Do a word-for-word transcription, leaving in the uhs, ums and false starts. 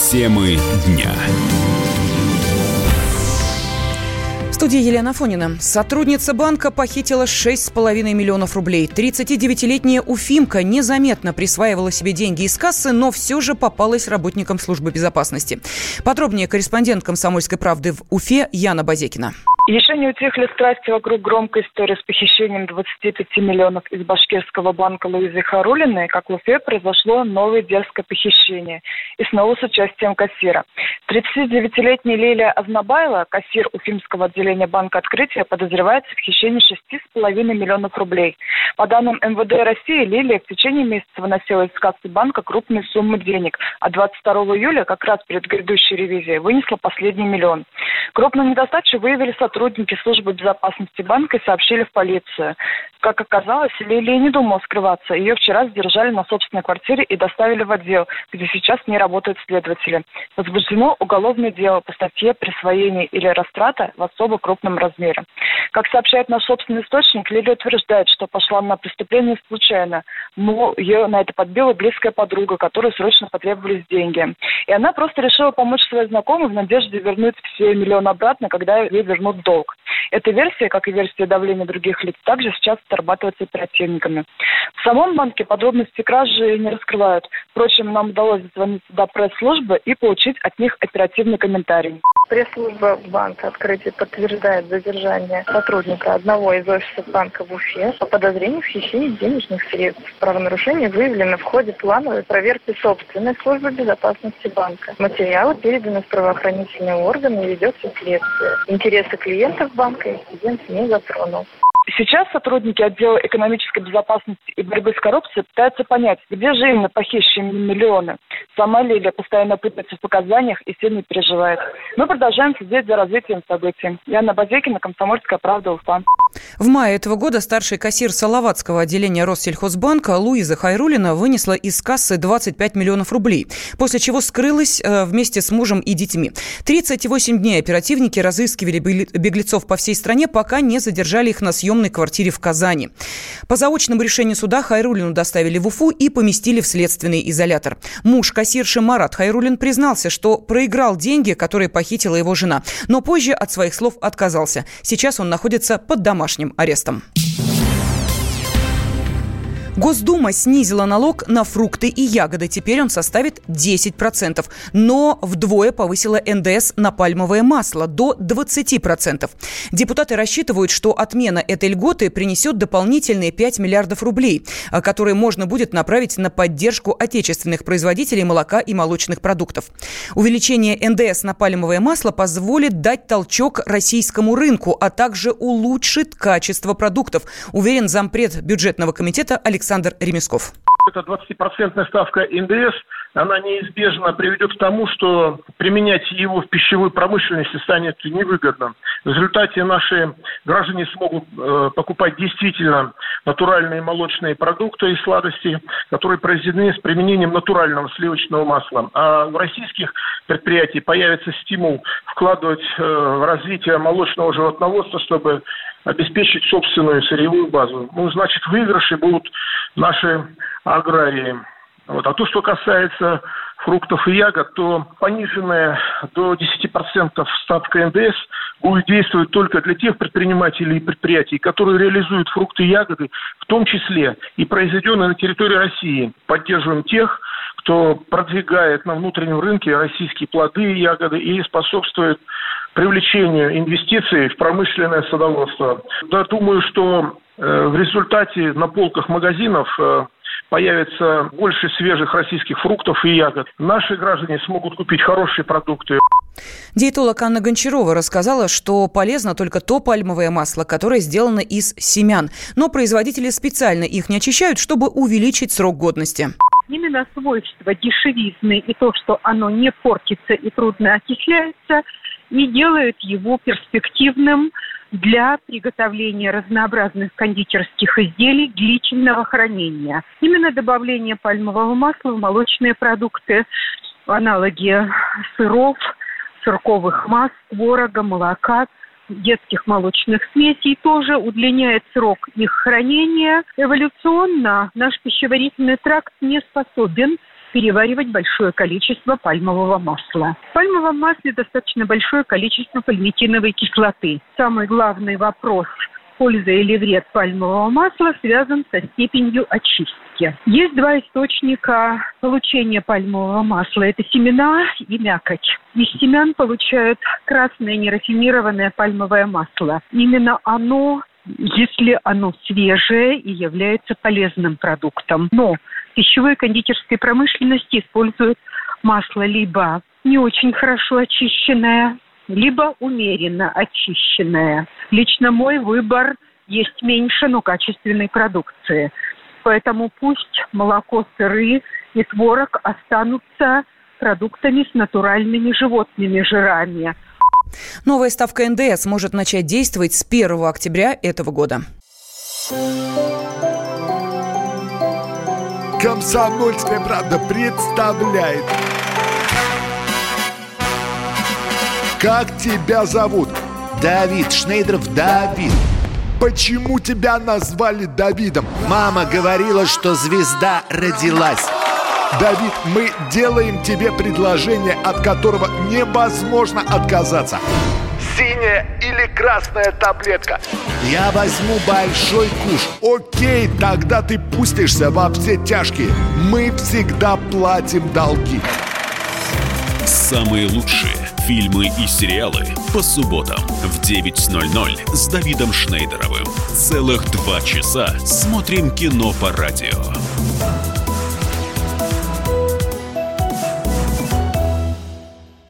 Темы дня. В студии Елена Афонина. Сотрудница банка похитила шесть с половиной миллионов рублей. тридцатидевятилетняя уфимка незаметно присваивала себе деньги из кассы, но все же попалась работникам службы безопасности. Подробнее корреспондент «Комсомольской правды» в Уфе Яна Базекина. Еще не утихли страсти вокруг громкой истории с похищением двадцати пяти миллионов из башкирского банка Луизы Хайруллиной, как в Уфе произошло новое дерзкое похищение. И снова с участием кассира. тридцатидевятилетняя Лилия Азнабаева, кассир уфимского отделения банка «Открытие», подозревается в хищении шести с половиной миллионов рублей. По данным эм вэ дэ России, Лилия в течение месяца выносила из кассы банка крупные суммы денег, а двадцать второго июля, как раз перед грядущей ревизией, вынесла последний миллион. Крупную недостачу выявили сотрудники Сотрудники службы безопасности банка и сообщили в полицию. Как оказалось, Лилия не думала скрываться. Ее вчера задержали на собственной квартире и доставили в отдел, где сейчас не работают следователи. Возбуждено уголовное дело по статье «Присвоение или растрата в особо крупном размере». Как сообщает наш собственный источник, Лилия утверждает, что пошла на преступление случайно, но ее на это подбила близкая подруга, которой срочно потребовались деньги. И она просто решила помочь своей знакомой в надежде вернуть все миллионы обратно, когда ей вернут долг. Эта версия, как и версия давления других лиц, также сейчас отрабатывается оперативниками. В самом банке подробности кражи не раскрывают. Впрочем, нам удалось дозвониться до пресс-службы и получить от них оперативный комментарий. Пресс-служба банка «Открытие» подтверждает задержание сотрудника одного из офисов банка в Уфе по подозрению в хищении денежных средств. Правонарушение выявлено в ходе плановой проверки собственной службы безопасности банка. Материалы переданы в правоохранительные органы и ведется следствие. Интересы клиентов банка инцидент не затронул. Сейчас сотрудники отдела экономической безопасности и борьбы с коррупцией пытаются понять, где же именно похищены миллионы. Сама Лилия постоянно путается в показаниях и сильно переживает. Мы продолжаем следить за развитием событий. Яна Базекина, «Комсомольская правда», Уфа. В мае этого года старший кассир Салаватского отделения Россельхозбанка Луиза Хайруллина вынесла из кассы двадцать пять миллионов рублей, после чего скрылась э, вместе с мужем и детьми. тридцать восемь дней оперативники разыскивали беглецов по всей стране, пока не задержали их на съемной квартире в Казани. По заочному решению суда Хайруллину доставили в Уфу и поместили в следственный изолятор. Муж кассирши Марат Хайруллин признался, что проиграл деньги, которые похитила его жена, но позже от своих слов отказался. Сейчас он находится под домашним арестом. Госдума снизила налог на фрукты и ягоды. Теперь он составит десять процентов. Но вдвое повысила эн дэ эс на пальмовое масло до двадцать процентов. Депутаты рассчитывают, что отмена этой льготы принесет дополнительные пять миллиардов рублей, которые можно будет направить на поддержку отечественных производителей молока и молочных продуктов. Увеличение эн дэ эс на пальмовое масло позволит дать толчок российскому рынку, а также улучшит качество продуктов, уверен зампред бюджетного комитета Александр Александр Ремесков. Эта двадцатипроцентная ставка эн дэ эс, она неизбежно приведет к тому, что применять его в пищевой промышленности станет невыгодно. В результате наши граждане смогут э, покупать действительно натуральные молочные продукты и сладости, которые произведены с применением натурального сливочного масла. А в российских предприятиях появится стимул вкладывать э, в развитие молочного животноводства, чтобы обеспечить собственную сырьевую базу. Ну, значит, выигрыши будут наши аграрии. Вот. А то, что касается фруктов и ягод, то пониженная до десяти процентов ставка эн дэ эс будет действовать только для тех предпринимателей и предприятий, которые реализуют фрукты и ягоды, в том числе и произведенные на территории России. Поддерживаем тех, кто продвигает на внутреннем рынке российские плоды и ягоды и способствует привлечению инвестиций в промышленное садоводство. Да, думаю, что э, в результате на полках магазинов э, появится больше свежих российских фруктов и ягод. Наши граждане смогут купить хорошие продукты. Диетолог Анна Гончарова рассказала, что полезно только то пальмовое масло, которое сделано из семян. Но производители специально их не очищают, чтобы увеличить срок годности. Именно свойство дешевизны и то, что оно не портится и трудно окисляется, и делает его перспективным для приготовления разнообразных кондитерских изделий длительного хранения. Именно добавление пальмового масла в молочные продукты, аналоги сыров, сырковых масс, творога, молока, детских молочных смесей тоже удлиняет срок их хранения. Эволюционно наш пищеварительный тракт не способен переваривать большое количество пальмового масла. В пальмовом масле достаточно большое количество пальмитиновой кислоты. Самый главный вопрос – польза или вред пальмового масла связан со степенью очистки. Есть два источника получения пальмового масла. Это семена и мякоть. Из семян получают красное нерафинированное пальмовое масло. Именно оно, если оно свежее, и является полезным продуктом. Но в пищевой и кондитерской промышленности используют масло либо не очень хорошо очищенное, либо умеренно очищенное. Лично мой выбор – есть меньше, но качественной продукции. Поэтому пусть молоко, сыры и творог останутся продуктами с натуральными животными жирами. Новая ставка эн дэ эс может начать действовать с первого октября этого года. «Комсомольская правда» представляет. Как тебя зовут? Давид. Шнейдров Давид. Почему тебя назвали Давидом? Мама говорила, что звезда родилась. Давид, мы делаем тебе предложение, от которого невозможно отказаться. Синяя или красная таблетка? Я возьму большой куш. Окей, тогда ты пустишься во все тяжкие. Мы всегда платим долги. Самые лучшие фильмы и сериалы по субботам в девять ноль ноль с Давидом Шнейдеровым. Целых два часа смотрим кино по радио.